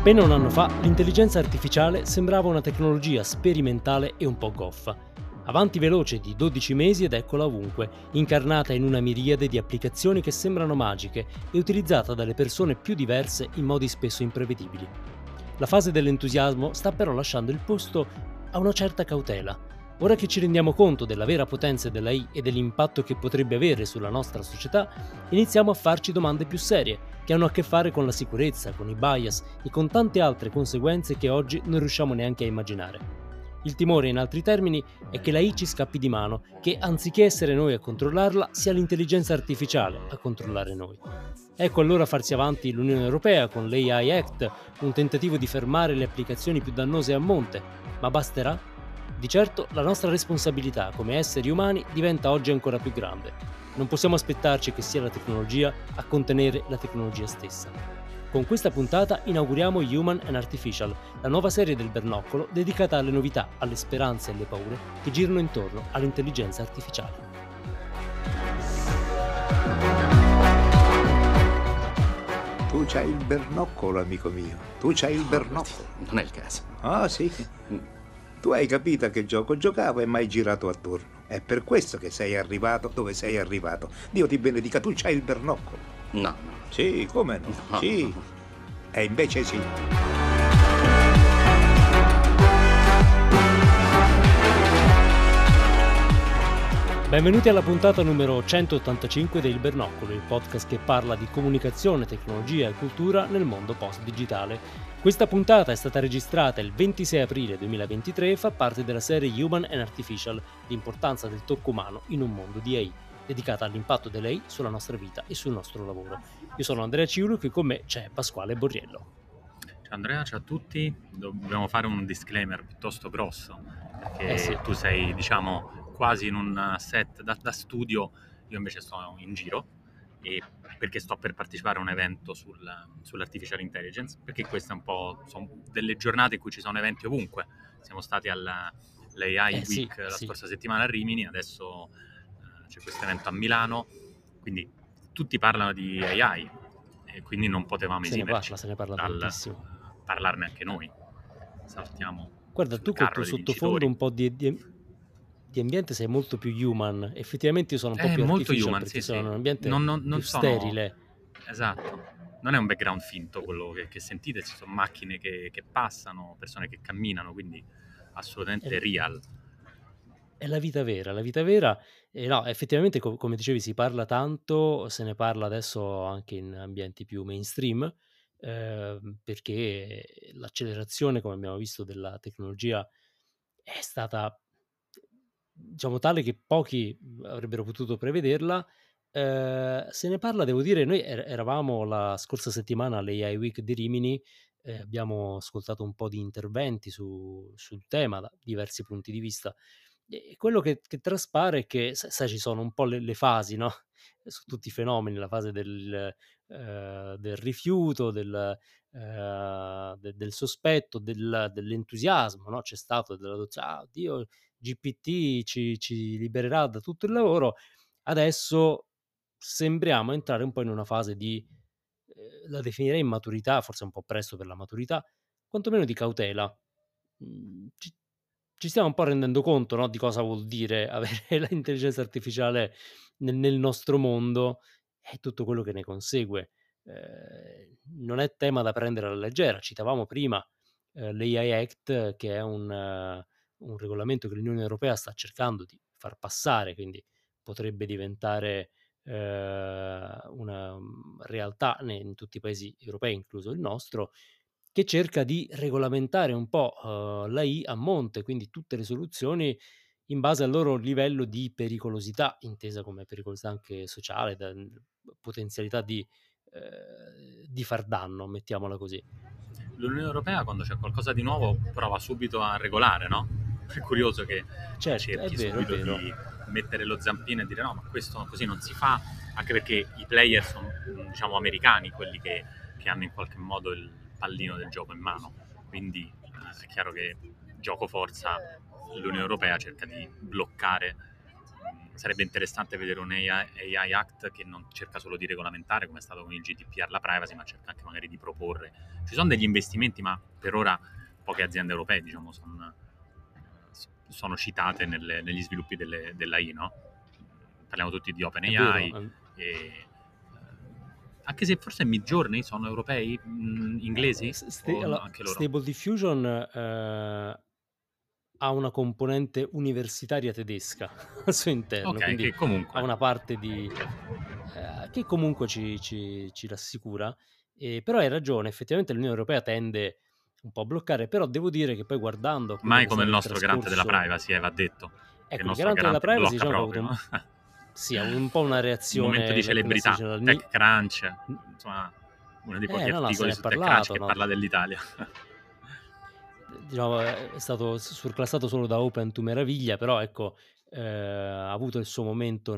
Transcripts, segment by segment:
Appena un anno fa, l'intelligenza artificiale sembrava una tecnologia sperimentale e un po' goffa. Avanti veloce di 12 mesi ed eccola ovunque, incarnata in una miriade di applicazioni che sembrano magiche e utilizzata dalle persone più diverse in modi spesso imprevedibili. La fase dell'entusiasmo sta però lasciando il posto a una certa cautela. Ora che ci rendiamo conto della vera potenza dell'AI e dell'impatto che potrebbe avere sulla nostra società, iniziamo a farci domande più serie, che hanno a che fare con la sicurezza, con i bias e con tante altre conseguenze che oggi non riusciamo neanche a immaginare. Il timore, in altri termini, è che l'AI ci scappi di mano, che anziché essere noi a controllarla, sia l'intelligenza artificiale a controllare noi. Ecco allora farsi avanti l'Unione Europea con l'AI Act, un tentativo di fermare le applicazioni più dannose a monte. Ma basterà? Di certo la nostra responsabilità come esseri umani diventa oggi ancora più grande. Non possiamo aspettarci che sia la tecnologia a contenere la tecnologia stessa. Con questa puntata inauguriamo Human and Artificial, la nuova serie del Bernoccolo dedicata alle novità, alle speranze e alle paure che girano intorno all'intelligenza artificiale. Tu c'hai il bernoccolo, amico mio. Tu c'hai il bernoccolo. Non è il caso. Ah, sì. Tu hai capito a che gioco giocavo e mai girato attorno. È per questo che sei arrivato dove sei arrivato. Dio ti benedica, tu c'hai il bernoccolo. No. Sì, come no? No. Sì. E invece sì. Benvenuti alla puntata numero 185 del Bernoccolo, il podcast che parla di comunicazione, tecnologia e cultura nel mondo post-digitale. Questa puntata è stata registrata il 26 aprile 2023 e fa parte della serie Human and Artificial, l'importanza del tocco umano in un mondo di AI, dedicata all'impatto dell'AI sulla nostra vita e sul nostro lavoro. Io sono Andrea Ciulu e con me c'è Pasquale Borriello. Ciao Andrea, ciao a tutti. Dobbiamo fare un disclaimer piuttosto grosso, perché Sì. tu sei, quasi in un set da studio, io invece sto in giro, e perché sto per partecipare a un evento sull'artificial intelligence, perché queste sono delle giornate in cui ci sono eventi ovunque. Siamo stati all'AI Week la scorsa settimana a Rimini, adesso c'è questo evento a Milano, quindi tutti parlano di AI e quindi non potevamo esimerci Se ne parla tantissimo. Parlarne anche noi. Saltiamo. Guarda, tu col tuo sottofondo un po' di ambiente sei molto più human. Effettivamente io sono un po' più molto artificial human, perché sì, sono in un ambiente non più sterile. Esatto. Non è un background finto quello che sentite, ci sono macchine che passano, persone che camminano, quindi assolutamente real. È la vita vera, la vita vera. E no, effettivamente come dicevi si parla tanto, se ne parla adesso anche in ambienti più mainstream, perché l'accelerazione, come abbiamo visto, della tecnologia è stata, diciamo, tale che pochi avrebbero potuto prevederla. Se ne parla, devo dire, noi eravamo la scorsa settimana all'AI Week di Rimini, abbiamo ascoltato un po' di interventi sul tema da diversi punti di vista. E quello che traspare è che sai ci sono un po' le fasi, no, su tutti i fenomeni, la fase del rifiuto, del sospetto, dell'entusiasmo, no, c'è stato dell'adozione: "Ah, oddio, GPT ci libererà da tutto il lavoro". Adesso sembriamo entrare un po' in una fase di, la definirei maturità, forse un po' presto per la maturità, quantomeno di cautela. Ci stiamo un po' rendendo conto, no, di cosa vuol dire avere l'intelligenza artificiale nel nostro mondo e tutto quello che ne consegue. Non è tema da prendere alla leggera. Citavamo prima, l'AI Act, che è un regolamento che l'Unione Europea sta cercando di far passare, quindi potrebbe diventare, una, realtà in tutti i paesi europei, incluso il nostro, che cerca di regolamentare un po', l'AI a monte, quindi tutte le soluzioni in base al loro livello di pericolosità, intesa come pericolosità anche sociale, potenzialità di far danno, mettiamola così. L'Unione Europea, quando c'è qualcosa di nuovo, prova subito a regolare, no? È curioso che Certo, è cerchi vero, è subito vero. di mettere lo zampino e dire no, ma questo così non si fa, anche perché i player sono, americani, quelli che hanno in qualche modo il pallino del gioco in mano. Quindi è chiaro che gioco forza l'Unione Europea cerca di bloccare sarebbe interessante vedere un AI Act che non cerca solo di regolamentare, come è stato con il GDPR, la privacy, ma cerca anche magari di proporre. Ci sono degli investimenti, ma per ora poche aziende europee, diciamo, sono citate negli sviluppi dell'AI, no? Parliamo tutti di È vero. OpenAI, anche se forse Midjourney sono europei, inglesi, o no, Allora, anche loro? Stable Diffusion ha una componente universitaria tedesca al suo interno, Ok, quindi che ha comunque una parte che comunque ci rassicura. Però hai ragione, effettivamente l'Unione Europea tende un po' a bloccare, però devo dire che poi guardando a quello mai che è come il stato il nostro garante della trascorso. privacy, va detto, che il Ecco, il nostro garante della garante privacy blocca diciamo che ha avuto proprio. sì, ha avuto un po' una Un momento di reazione, quella si celebrità, dice TechCrunch, insomma, uno dei pochi no, no, se articoli ne è su TechCrunch parlato, che no? parla dell'Italia. Diciamo è stato surclassato solo da Open to meraviglia, però ecco, ha avuto il suo momento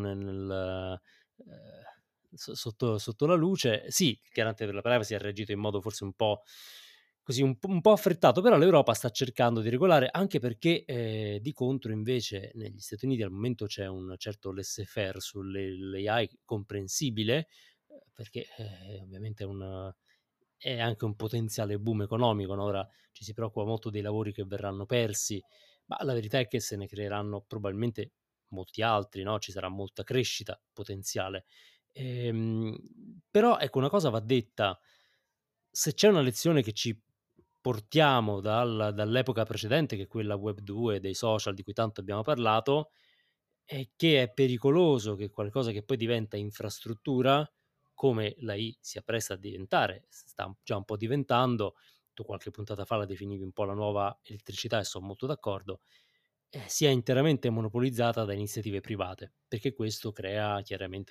sotto la luce. Sì, il garante per la privacy ha reagito in modo forse un po' così, un po' affrettato, però l'Europa sta cercando di regolare, anche perché, di contro invece negli Stati Uniti al momento c'è un certo laissez-faire l'AI comprensibile, perché, ovviamente è anche un potenziale boom economico, no, ora ci si preoccupa molto dei lavori che verranno persi, ma la verità è che se ne creeranno probabilmente molti altri, no, ci sarà molta crescita potenziale. Ehm, Però ecco una cosa va detta: se c'è una lezione che ci portiamo dall'epoca precedente, che è quella web 2, dei social di cui tanto abbiamo parlato, è che è pericoloso che qualcosa che poi diventa infrastruttura, come l'AI si appresta a diventare, sta già un po' diventando, tu qualche puntata fa la definivi un po' la nuova elettricità e son molto d'accordo, sia interamente monopolizzata da iniziative private, perché questo crea chiaramente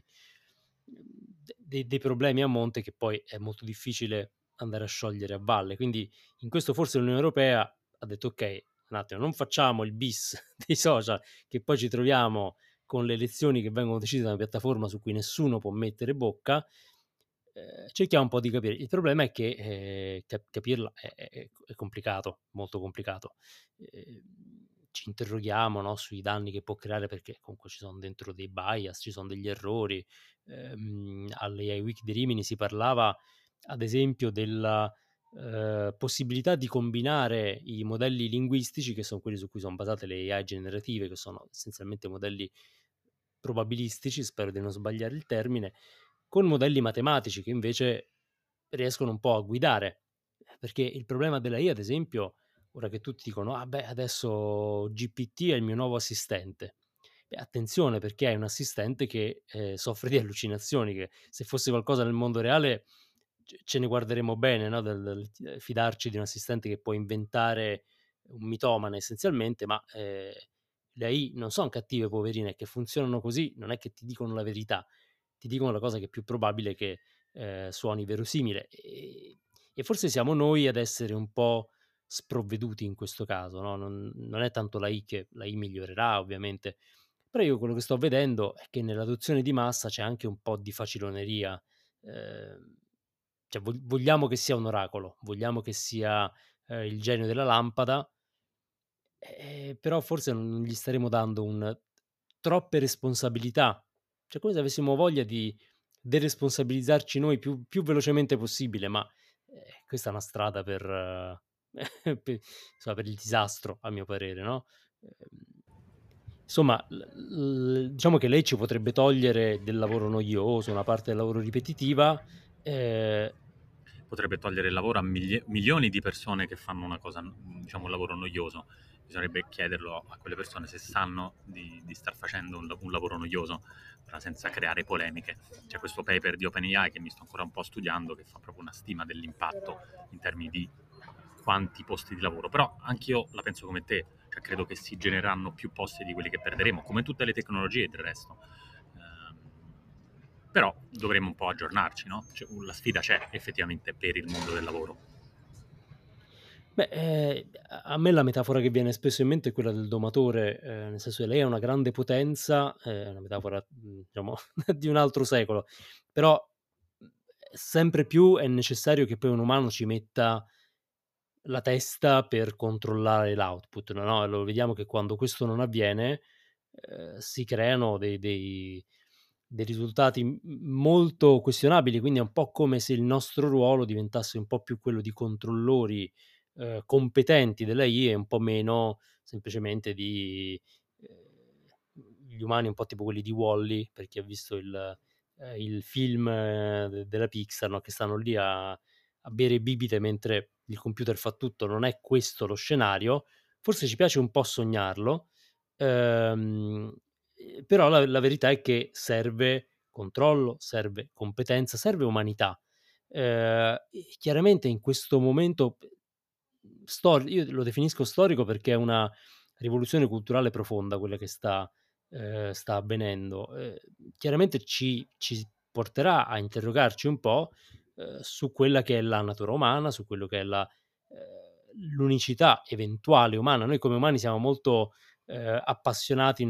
dei problemi a monte che poi è molto difficile andare a sciogliere a valle. Quindi in questo forse l'Unione Europea ha detto: "Okay, un attimo, non facciamo il bis dei social che poi ci troviamo con le elezioni che vengono decise da una piattaforma su cui nessuno può mettere bocca, cerchiamo un po' di capire." Il problema è che, capirla è complicato, molto complicato. Ci interroghiamo, no, sui danni che può creare perché comunque ci son dentro dei bias, ci son degli errori. All'AI Week di Rimini si parlava ad esempio della, possibilità di combinare i modelli linguistici, che son quelli su cui son basate le AI generative, che sono essenzialmente modelli probabilistici, spero di non sbagliare il termine, con modelli matematici che invece riescono un po' a guidare. Perché il problema dell'AI, ad esempio, ora che tutti dicono: "Ah beh, adesso GPT è il mio nuovo assistente." Beh, attenzione perché hai un assistente che, soffre di allucinazioni, che se fosse qualcosa nel mondo reale ce ne guarderemmo bene, no, fidarci di un assistente che può inventare un mitomane essenzialmente, ma, le AI non son cattive poverine, è che funzionano così, non è che ti dicono la verità, ti dicono la cosa che è più probabile che, suoni verosimile. E forse siamo noi ad essere un po' sprovveduti in questo caso, no, non è tanto l'AI migliorerà ovviamente, però io quello che sto vedendo è che nell'adozione di massa c'è anche un po' di faciloneria, cioè vogliamo che sia un oracolo, vogliamo che sia, il genio della lampada, però forse non gli staremo dando troppe responsabilità. Cioè come se avessimo voglia di deresponsabilizzarci noi più velocemente possibile, ma, questa è una strada per per il disastro a mio parere, no, insomma diciamo che lei ci potrebbe togliere del lavoro noioso, una parte del lavoro ripetitiva, ehm Potrebbe togliere il lavoro a milioni di persone che fanno una cosa, diciamo un lavoro noioso. Bisognerebbe chiederlo a quelle persone se sanno di star facendo un lavoro noioso, però senza creare polemiche. C'è questo paper di OpenAI che mi sto ancora un po' studiando, che fa proprio una stima dell'impatto in termini di quanti posti di lavoro, però anch'io la penso come te, cioè credo che si genereranno più posti di quelli che perderemo, come tutte le tecnologie del resto. Però dovremmo un po' aggiornarci, no? Cioè, la sfida c'è effettivamente per il mondo del lavoro. Beh, a me la metafora che viene spesso in mente è quella del domatore, nel senso che lei è una grande potenza, è una metafora, diciamo di un altro secolo, però, sempre più è necessario che poi un umano ci metta la testa per controllare l'output, no, lo vediamo che quando questo non avviene, si creano dei risultati molto questionabili, quindi è un po' come se il nostro ruolo diventasse un po' più quello di controllori competenti dell'AI e un po' meno semplicemente di gli umani, un po' tipo quelli di Wall-E, per chi ha visto il film della Pixar, no? Che stanno lì a bere bibite mentre il computer fa tutto. Non è questo lo scenario. Forse ci piace un po' sognarlo, ehm, però la verità è che serve controllo, serve competenza, serve umanità. E chiaramente in questo momento io lo definisco storico perché è una rivoluzione culturale profonda quella che sta avvenendo. Chiaramente ci porterà a interrogarci un po', su quella che è la natura umana, su quello che è l'unicità eventuale umana. Noi come umani siamo molto, appassionati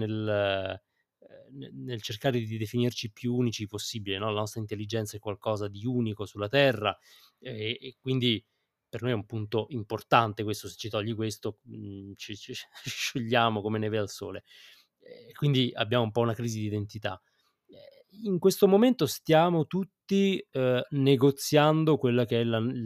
nel cercare di definirci più unici possibile, no, la nostra intelligenza è qualcosa di unico sulla Terra, e quindi per noi è un punto importante questo, se ci togli questo, ci sciogliamo come neve al sole. Quindi abbiamo un po' una crisi di identità. In questo momento stiamo tutti, negoziando quella che è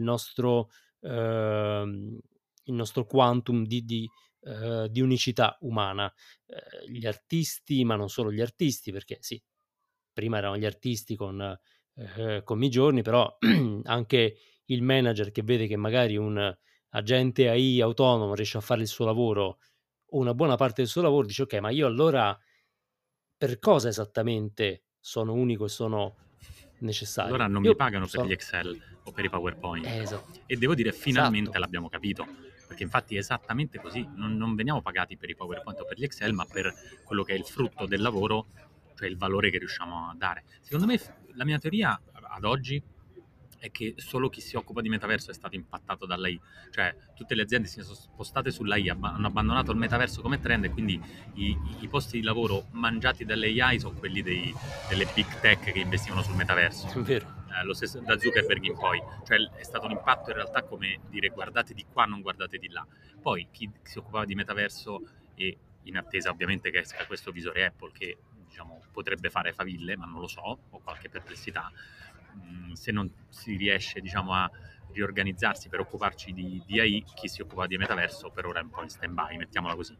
ehm, il nostro quantum di unicità umana. Gli artisti, ma non solo gli artisti, perché sì, prima erano gli artisti con Midjourney, però anche il manager che vede che magari un agente AI autonomo riesce a fare il suo lavoro o una buona parte del suo lavoro, dice: "Okay, ma io allora per cosa esattamente sono unico e sono Allora necessario?" non mi Io pagano per gli sono Excel o per i PowerPoint. esa E devo dire, esatto. finalmente l'abbiamo capito, perché infatti è esattamente così, non veniamo pagati per i PowerPoint o per gli Excel, ma per quello che è il frutto del lavoro, cioè il valore che riusciamo a dare. Secondo me la mia teoria ad oggi è che solo chi si occupa di metaverso è stato impattato dall'AI, cioè tutte le aziende si sono spostate sull'AI, hanno abbandonato il metaverso come trend, e quindi i posti di lavoro mangiati dalle AI sono quelli delle big tech che investivano sul metaverso. È vero. Lo stesso da Zuckerberg in poi, cioè è stato un impatto in realtà come dire guardate di qua, non guardate di là. Poi chi si occupava di metaverso, e in attesa ovviamente che esca questo visore Apple che diciamo potrebbe fare faville, ma non lo so, ho qualche perplessità, se non si riesce diciamo a riorganizzarsi per occuparci di AI, chi si occupa di metaverso per ora è un po' in stand by, mettiamola così.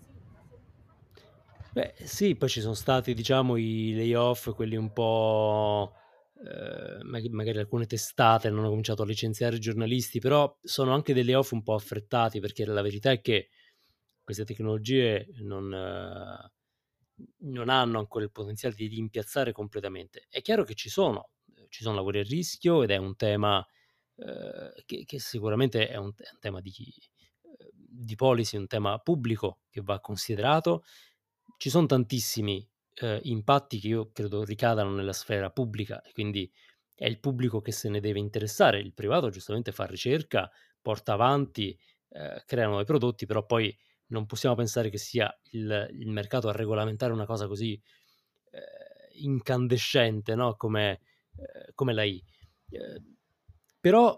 Beh, sì, poi ci son stati diciamo i layoff, quelli un po', magari alcune testate hanno cominciato a licenziare giornalisti, però sono anche dei layoff un po' affrettati, perché la verità è che queste tecnologie non hanno ancora il potenziale di rimpiazzare completamente. È chiaro che ci sono lavori a rischio ed è un tema, che sicuramente è un tema di policy, un tema pubblico che va considerato. Ci son tantissimi, impatti che io credo ricadano nella sfera pubblica e quindi è il pubblico che se ne deve interessare. Il privato giustamente fa ricerca, porta avanti, crea nuovi prodotti, però poi non possiamo pensare che sia il mercato a regolamentare una cosa così, incandescente, no, come l'AI. Però,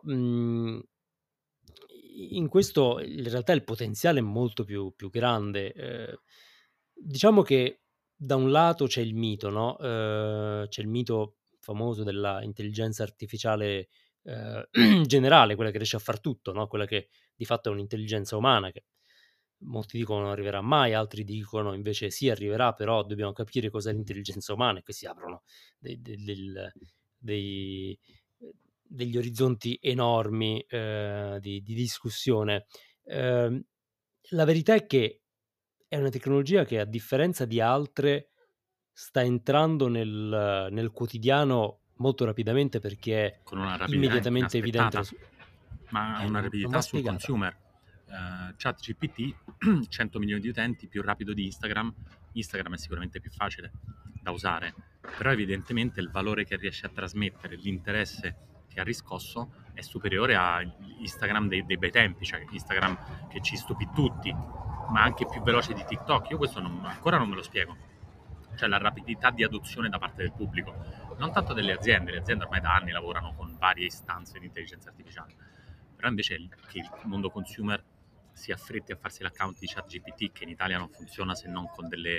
in questo in realtà il potenziale è molto più grande. Diciamo che da un lato c'è il mito, no, c'è il mito famoso della intelligenza artificiale, generale, quella che riesce a far tutto, no, quella che di fatto è un'intelligenza umana che molti dicono non arriverà mai, altri dicono invece sì arriverà, però dobbiamo capire cos'è l'intelligenza umana e qui si aprono dei de del dei degli orizzonti enormi, di discussione. Ehm, la verità è che è una tecnologia che a differenza di altre sta entrando nel quotidiano molto rapidamente perché è Con una rapidità immediatamente evidente inaspettata, ma una non va rapidità sul spiegata. consumer. ChatGPT, 100 milioni di utenti, più rapido di Instagram. Instagram è sicuramente più facile da usare, però evidentemente il valore che riesce a trasmettere, l'interesse che ha riscosso è superiore a Instagram dei bei tempi, cioè Instagram che ci stupì tutti, ma anche più veloce di TikTok. Io questo ancora non me lo spiego, cioè la rapidità di adozione da parte del pubblico, non tanto delle aziende. Le aziende ormai da anni lavorano con varie istanze di intelligenza artificiale, però invece che il mondo consumer si affretti a farsi l'account di ChatGPT, che in Italia non funziona se non con delle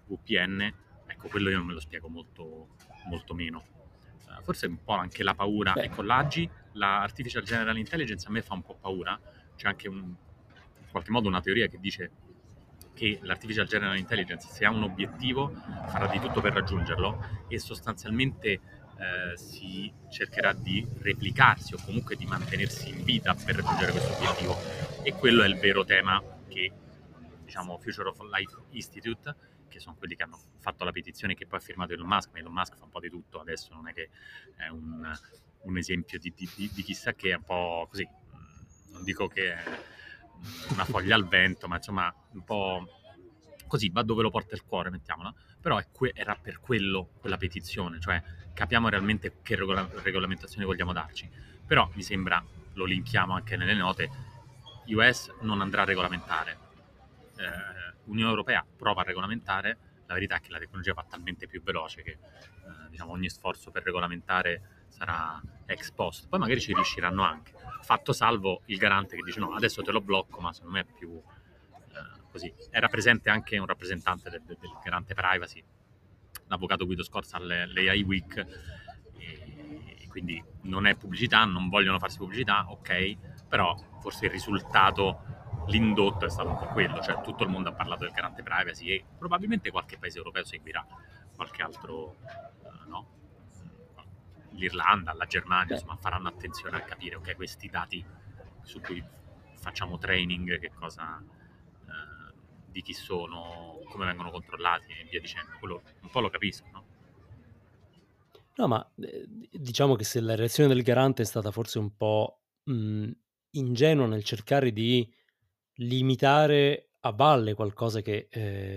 VPN, ecco, quello io non me lo spiego molto, molto meno. Forse un po' anche la paura. Beh, Ecco, l'AGI, la Artificial General Intelligence, a me fa un po' paura. C'è anche in qualche modo una teoria che dice che l'Artificial General Intelligence, se ha un obiettivo, farà di tutto per raggiungerlo e sostanzialmente si cercherà di replicarsi o comunque di mantenersi in vita per raggiungere questo obiettivo. E quello è il vero tema che, diciamo, Future of Life Institute, che sono quelli che hanno fatto la petizione che poi ha firmato Elon Musk, ma Elon Musk fa un po' di tutto adesso, non è che è un esempio di chissà che, è un po' così, non dico che è una foglia al vento, ma insomma un po' così, va dove lo porta il cuore, mettiamola, però era per quello quella petizione, cioè capiamo realmente che regolamentazione vogliamo darci, però mi sembra, lo linkiamo anche nelle note, US non andrà a regolamentare, Unione Europea prova a regolamentare, la verità è che la tecnologia va talmente più veloce che diciamo, ogni sforzo per regolamentare sarà ex post, poi magari ci riusciranno anche, fatto salvo il garante che dice no, adesso te lo blocco, ma secondo me è più così. Era presente anche un rappresentante del garante privacy, l'avvocato Guido Scorza all'AI Week, e quindi non è pubblicità, non vogliono farsi pubblicità, ok, però forse il risultato, l'indotto è stato un po' quello, cioè tutto il mondo ha parlato del garante privacy e probabilmente qualche paese europeo seguirà, qualche altro no, l'Irlanda, la Germania, beh, insomma faranno attenzione a capire ok questi dati su cui facciamo training, che cosa di chi sono, come vengono controllati e via dicendo, quello un po' lo capisco, no? no, ma diciamo che se la reazione del garante è stata forse un po' ingenua nel cercare di limitare a valle qualcosa che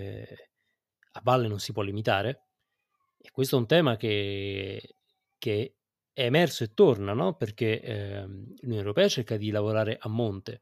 a valle non si può limitare, e questo è un tema che è emerso e torna, no, perché, l'Unione Europea cerca di lavorare a monte.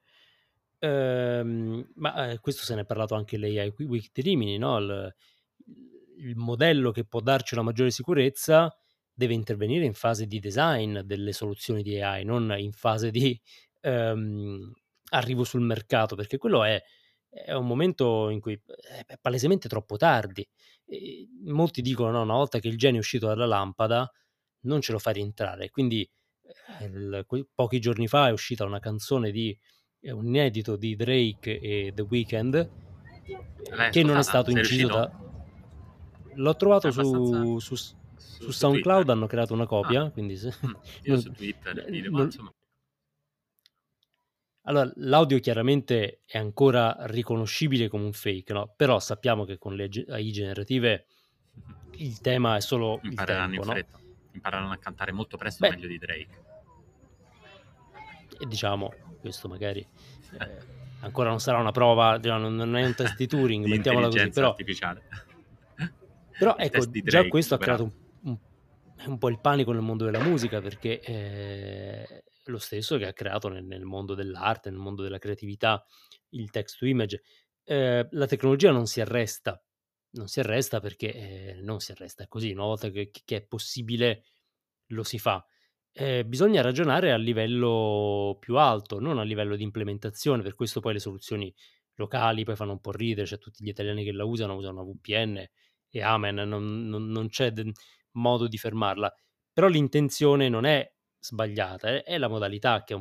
Ma, questo se n'è parlato anche l'AI Week di Rimini, no, il modello che può darci una maggiore sicurezza deve intervenire in fase di design delle soluzioni di AI, non in fase di, ehm, arrivo sul mercato, perché quello è un momento in cui è palesemente troppo tardi. Molti dicono: "No, una volta che il genio è uscito dalla lampada non ce lo fai rientrare". Quindi, pochi giorni fa è uscita una canzone di un inedito di Drake e The Weeknd, L'hai che non è ascoltata? stato Sei inciso riuscito? da l'ho È trovato abbastanza su su Twitter? SoundCloud, hanno creato una Ah, copia, quindi se io non su Twitter il video, ma non insomma, allora l'audio chiaramente è ancora riconoscibile come un fake, no, però sappiamo che con le AI generative il tema è solo il impareranno in tempo, no, fretta, impareranno a cantare molto presto beh, meglio di Drake. e diciamo questo magari, ancora non sarà una prova, non è un test di Turing, Di mettiamola così, intelligenza però artificiale. Però Il test ecco, di già Drake, questo ha creato superato. un un po' il panico nel mondo della musica perché, lo stesso che ha creato nel mondo dell'arte, nel mondo della creatività, il text to image. La tecnologia non si arresta perché, non si arresta, è così, una volta che è possibile lo si fa. Bisogna ragionare a livello più alto, non a livello di implementazione, per questo poi le soluzioni locali poi fanno un po' ridere, cioè tutti gli italiani che la usano una VPN e amen, non c'è modo di fermarla. Però l'intenzione non è sbagliata, è la modalità che è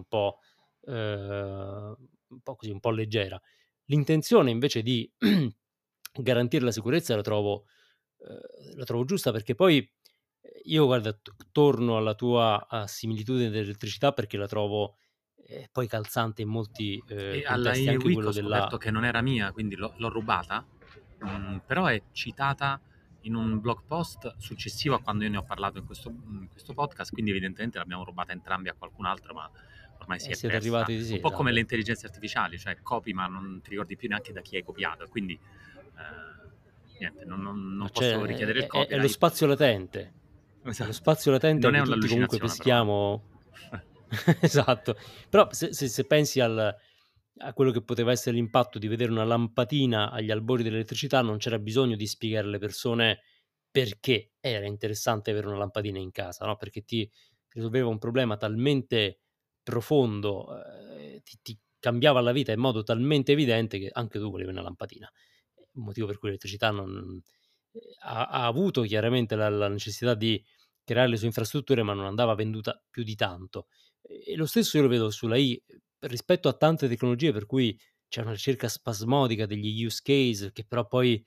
un po' così, un po' leggera. L'intenzione invece di garantire la sicurezza la trovo giusta perché poi, io guarda torno alla tua similitudine dell'elettricità perché la trovo, poi calzante in molti, E alla contesti, AI anche Week ho quello della scoperto che non era mia, quindi l'ho rubata, però è citata in un blog post successivo a quando io ne ho parlato in questo podcast, quindi evidentemente l'abbiamo rubata entrambi a qualcun altro, ma ormai si è siete persa. arrivati sì, Un po' come esatto. le intelligenze artificiali, cioè copi ma non ti ricordi più neanche da chi hai copiato, quindi niente, Ma non c'è posso richiedere il è lo copyright. spazio latente. È lo Esatto, spazio latente non è che tutti comunque un'allucinazione però, eh. peschiamo. Esatto. Però se pensi a quello che poteva essere l'impatto di vedere una lampadina agli albori dell'elettricità, non c'era bisogno di spiegare alle persone perché era interessante avere una lampadina in casa, no, perché ti risolveva un problema talmente profondo, ti cambiava la vita in modo talmente evidente che anche tu volevi una lampadina. Il motivo per cui l'elettricità non ha avuto chiaramente la necessità di creare le sue infrastrutture, ma non andava venduta più di tanto. E lo stesso io lo vedo sulla AI, rispetto a tante tecnologie per cui c'è una ricerca spasmodica degli use case che però poi,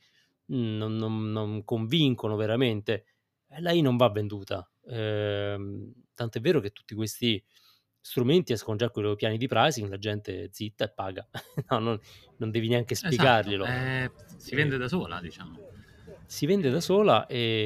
non convincono veramente, la AI non va venduta. Tant'è vero che tutti questi strumenti escono già coi loro piani di pricing, la gente zitta e paga. No, non devi neanche Esatto, spiegarglielo. si Ehm vende da sola, diciamo. Si vende da sola,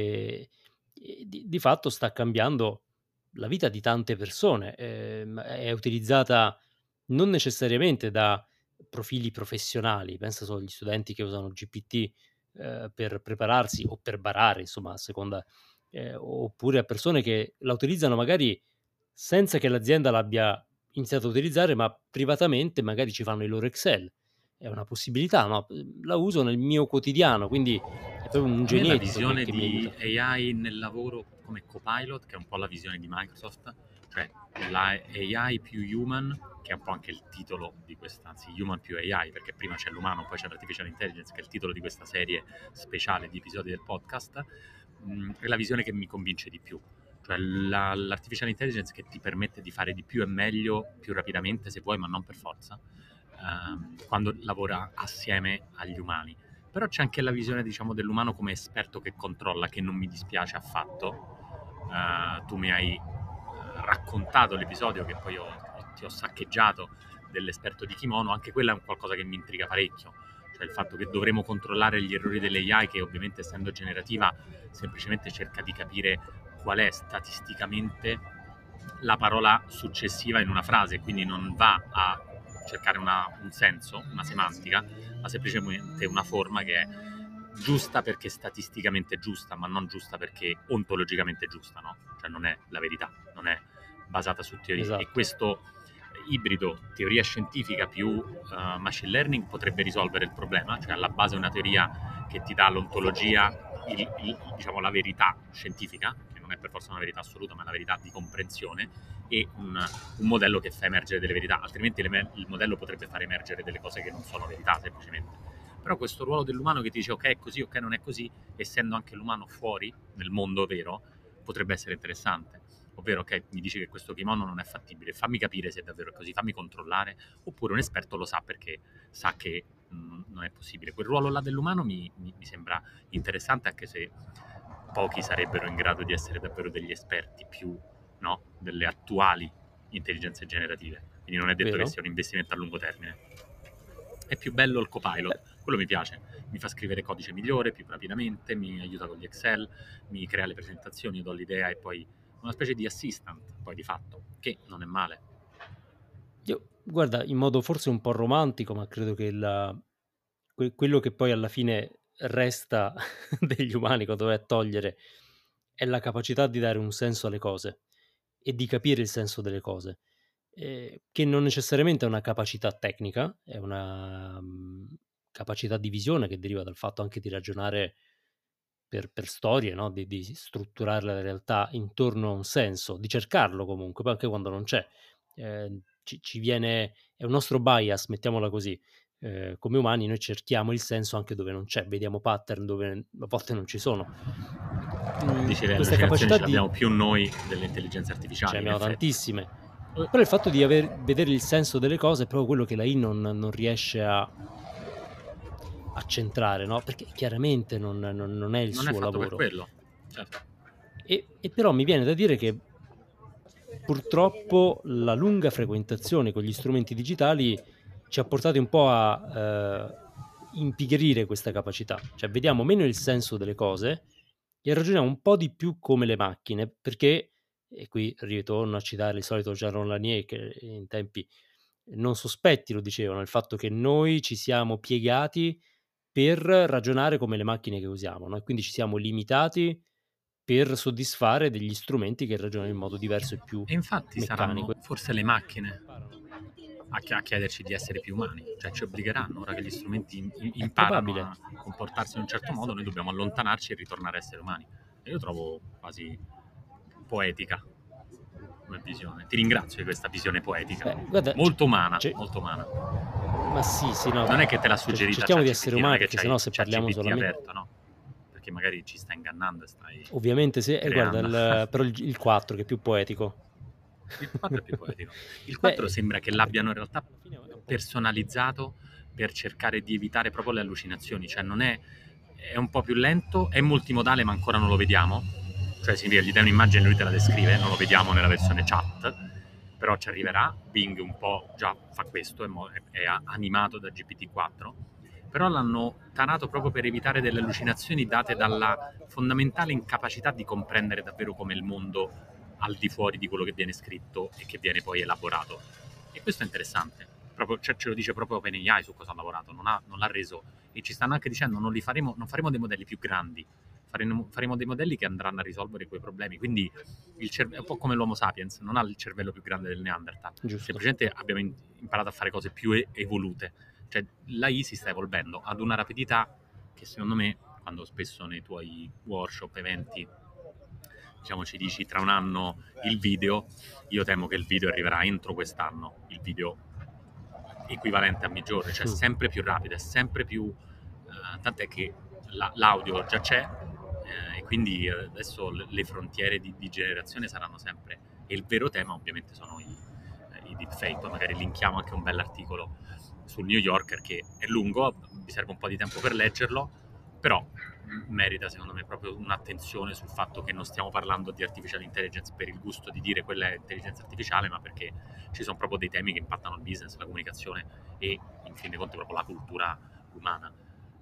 e di fatto sta cambiando la vita di tante persone. È utilizzata non necessariamente da profili professionali, pensa solo agli studenti che usano GPT, per prepararsi o per barare, insomma, a seconda, oppure a persone che la utilizzano magari senza che l'azienda l'abbia iniziato a utilizzare, ma privatamente magari ci fanno i loro Excel. È una possibilità, no, la uso nel mio quotidiano, quindi è proprio un A me la genietto che visione mi di aiuta. AI nel lavoro come copilot, che è un po' la visione di Microsoft, cioè la AI più human, che è un po' anche il titolo di questa, anzi human più AI, perché prima c'è l'umano, poi c'è l'artificial intelligence, che è il titolo di questa serie speciale di episodi del podcast, è la visione che mi convince di più. Cioè l'artificial intelligence che ti permette di fare di più e meglio, più rapidamente se vuoi, ma non per forza, quando lavora assieme agli umani. Però c'è anche la visione, diciamo, dell'umano come esperto che controlla, che non mi dispiace affatto. Tu mi hai raccontato l'episodio che poi ti ho saccheggiato dell'esperto di kimono, anche quella è un qualcosa che mi intriga parecchio, cioè il fatto che dovremo controllare gli errori dell'AI, che ovviamente essendo generativa semplicemente cerca di capire qual è statisticamente la parola successiva in una frase, quindi non va a cercare un senso, una semantica, ma semplicemente una forma che è giusta perché statisticamente giusta, ma non giusta perché ontologicamente giusta, no? Cioè non è la verità, non è basata su teorie. E Esatto. questo ibrido teoria scientifica più machine learning potrebbe risolvere il problema, cioè alla base una teoria che ti dà l'ontologia, diciamo la verità scientifica, che non è per forza una verità assoluta, ma è la verità di comprensione, e un modello che fa emergere delle verità, altrimenti il modello potrebbe far emergere delle cose che non sono verità semplicemente. Però questo ruolo dell'umano che ti dice ok è così, ok non è così, essendo anche l'umano fuori nel mondo vero, potrebbe essere interessante. Ovvero, ok, mi dici che questo kimono non è fattibile, fammi capire se è davvero così, fammi controllare, oppure un esperto lo sa perché sa che non è possibile. Quel ruolo là dell'umano mi sembra interessante, anche se pochi sarebbero in grado di essere davvero degli esperti più, no, delle attuali intelligenze generative. Quindi non è detto che Vero? sia un investimento a lungo termine. È più bello il Beh, copilot, quello mi piace, mi fa scrivere codice migliore, più rapidamente, mi aiuta con gli Excel, mi crea le presentazioni, io do l'idea e poi una specie di assistant, poi di fatto, che non è male. io guarda, in modo forse un po' romantico, ma credo che quello che poi alla fine resta degli umani quando vai a togliere, è la capacità di dare un senso alle cose e di capire il senso delle cose, che non necessariamente è una capacità tecnica, è una, capacità di visione che deriva dal fatto anche di ragionare per storie, no, di strutturare la realtà intorno a un senso, di cercarlo comunque, poi anche quando non c'è. Ci viene è un nostro bias, mettiamola così. Come umani noi cerchiamo il senso anche dove non c'è, vediamo pattern dove a volte non ci sono. Dici le Questa allucinazioni capacità ce di l'abbiamo più noi delle intelligenze ce ne artificiali, in abbiamo effetti. tantissime, però il fatto di vedere il senso delle cose è proprio quello che la AI non riesce a centrare, no, perché chiaramente non è il Non è suo fatto per lavoro. quello, certo. E però mi viene da dire che purtroppo la lunga frequentazione con gli strumenti digitali ci ha portati un po' a, impigrire questa capacità. Cioè vediamo meno il senso delle cose e ragioniamo un po' di più come le macchine, perché, e qui ritorno a citare il solito Jaron Lanier che in tempi non sospetti lo dicevano, il fatto che noi ci siamo piegati per ragionare come le macchine che usiamo, no, e quindi ci siamo limitati per soddisfare degli strumenti che ragionano in modo diverso e più E infatti meccanico. saranno forse le macchine a chiederci di essere più umani, cioè ci obbligheranno, ora che gli strumenti È imparano probabile. a comportarsi in un certo modo, noi dobbiamo allontanarci e ritornare a essere umani. E io trovo quasi poetica come visione. Ti ringrazio di questa visione poetica, Beh, guarda, molto umana, ce molto umana. ma sì, sì, no, Non è che te l'ha suggerita cerchiamo di ChatGPT, essere non è umani che perché se c'hai no se parliamo ChatGPT solamen aperto, no? Perché perché magari ci stai ingannando e stai Ovviamente sì, guarda, creando. però il 4 che è più poetico. Il 4 è più poetico. Il Beh, 4 sembra che l'abbiano in realtà alla fine è un po' personalizzato per cercare di evitare proprio le allucinazioni, cioè non è un po' più lento, è multimodale ma ancora non lo vediamo, cioè significa gli dai un'immagine e lui te la descrive, non lo vediamo nella versione chat, però ci arriverà. Bing un po' già fa questo, è animato da GPT-4, però l'hanno tanato proprio per evitare delle allucinazioni date dalla fondamentale incapacità di comprendere davvero come il mondo al di fuori di quello che viene scritto e che viene poi elaborato. E questo è interessante. Proprio, cioè, ce lo dice proprio OpenAI su cosa ha lavorato, non l'ha reso. E ci stanno anche dicendo non faremo dei modelli più grandi, faremo dei modelli che andranno a risolvere quei problemi. Quindi è un po' come l'Homo sapiens, non ha il cervello più grande del Neanderthal. giusto. Semplicemente abbiamo imparato a fare cose più evolute. Cioè l'AI si sta evolvendo ad una rapidità che secondo me, quando spesso nei tuoi workshop, eventi, diciamo ci dici tra un anno il video, io temo che il video arriverà entro quest'anno, il video equivalente a Midjourney, cioè sempre più rapido, è sempre più tant'è che l'audio già c'è, e quindi adesso le frontiere di generazione saranno sempre, e il vero tema ovviamente sono i deepfake. Poi magari linkiamo anche un bell'articolo sul New Yorker che è lungo, vi serve un po' di tempo per leggerlo, però merita secondo me proprio un'attenzione sul fatto che non stiamo parlando di artificial intelligence per il gusto di dire quella è intelligenza artificiale, ma perché ci sono proprio dei temi che impattano il business, la comunicazione e in fin dei conti proprio la cultura umana.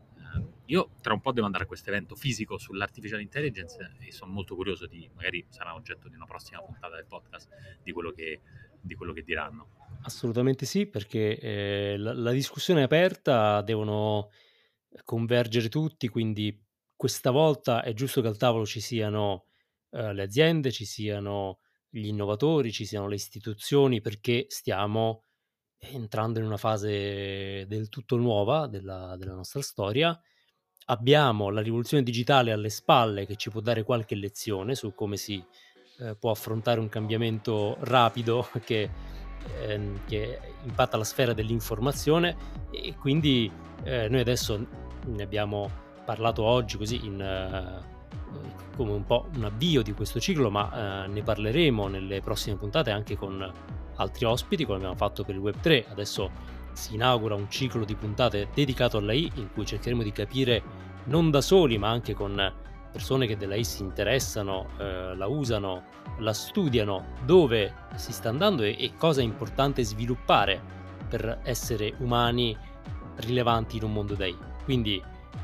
Io tra un po' devo andare a questo evento fisico sull'artificial intelligence e sono molto curioso magari sarà oggetto di una prossima puntata del podcast, di quello che diranno. Assolutamente sì, perché la discussione è aperta, devono convergere tutti, quindi questa volta è giusto che al tavolo ci siano le aziende, ci siano gli innovatori, ci siano le istituzioni, perché stiamo entrando in una fase del tutto nuova della nostra storia. Abbiamo la rivoluzione digitale alle spalle che ci può dare qualche lezione su come si può affrontare un cambiamento rapido che impatta la sfera dell'informazione, e quindi noi adesso ne abbiamo parlato oggi così come un po' un avvio di questo ciclo, ma ne parleremo nelle prossime puntate anche con altri ospiti, come abbiamo fatto per il Web3. Adesso si inaugura un ciclo di puntate dedicato all'AI in cui cercheremo di capire, non da soli ma anche con persone che dell'AI si interessano, la usano, la studiano, dove si sta andando e cosa è importante sviluppare per essere umani rilevanti in un mondo d'AI. Quindi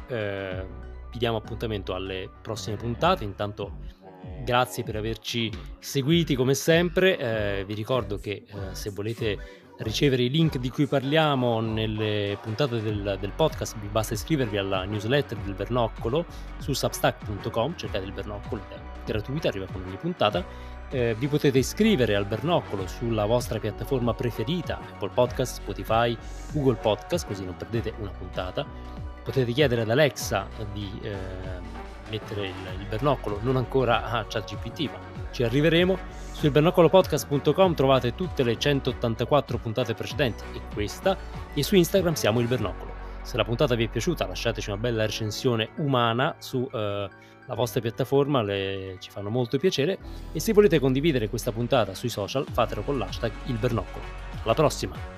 vi diamo appuntamento alle prossime puntate. Intanto grazie per averci seguiti come sempre, vi ricordo che se volete ricevere i link di cui parliamo nelle puntate del podcast vi basta iscrivervi alla newsletter del Bernoccolo su substack.com, cercate il Bernoccolo, è gratuita, arriva con ogni puntata. Vi potete iscrivere al Bernoccolo sulla vostra piattaforma preferita, Apple Podcast, Spotify, Google Podcast, così non perdete una puntata. Potete chiedere ad Alexa di mettere il Bernoccolo, non ancora a ChatGPT, ma ci arriveremo. Sul bernoccolopodcast.com trovate tutte le 184 puntate precedenti e questa, e su Instagram siamo il Bernoccolo. Se la puntata vi è piaciuta lasciateci una bella recensione umana su la vostra piattaforma, ci fanno molto piacere, e se volete condividere questa puntata sui social fatelo con l'hashtag il Bernoccolo. Alla prossima!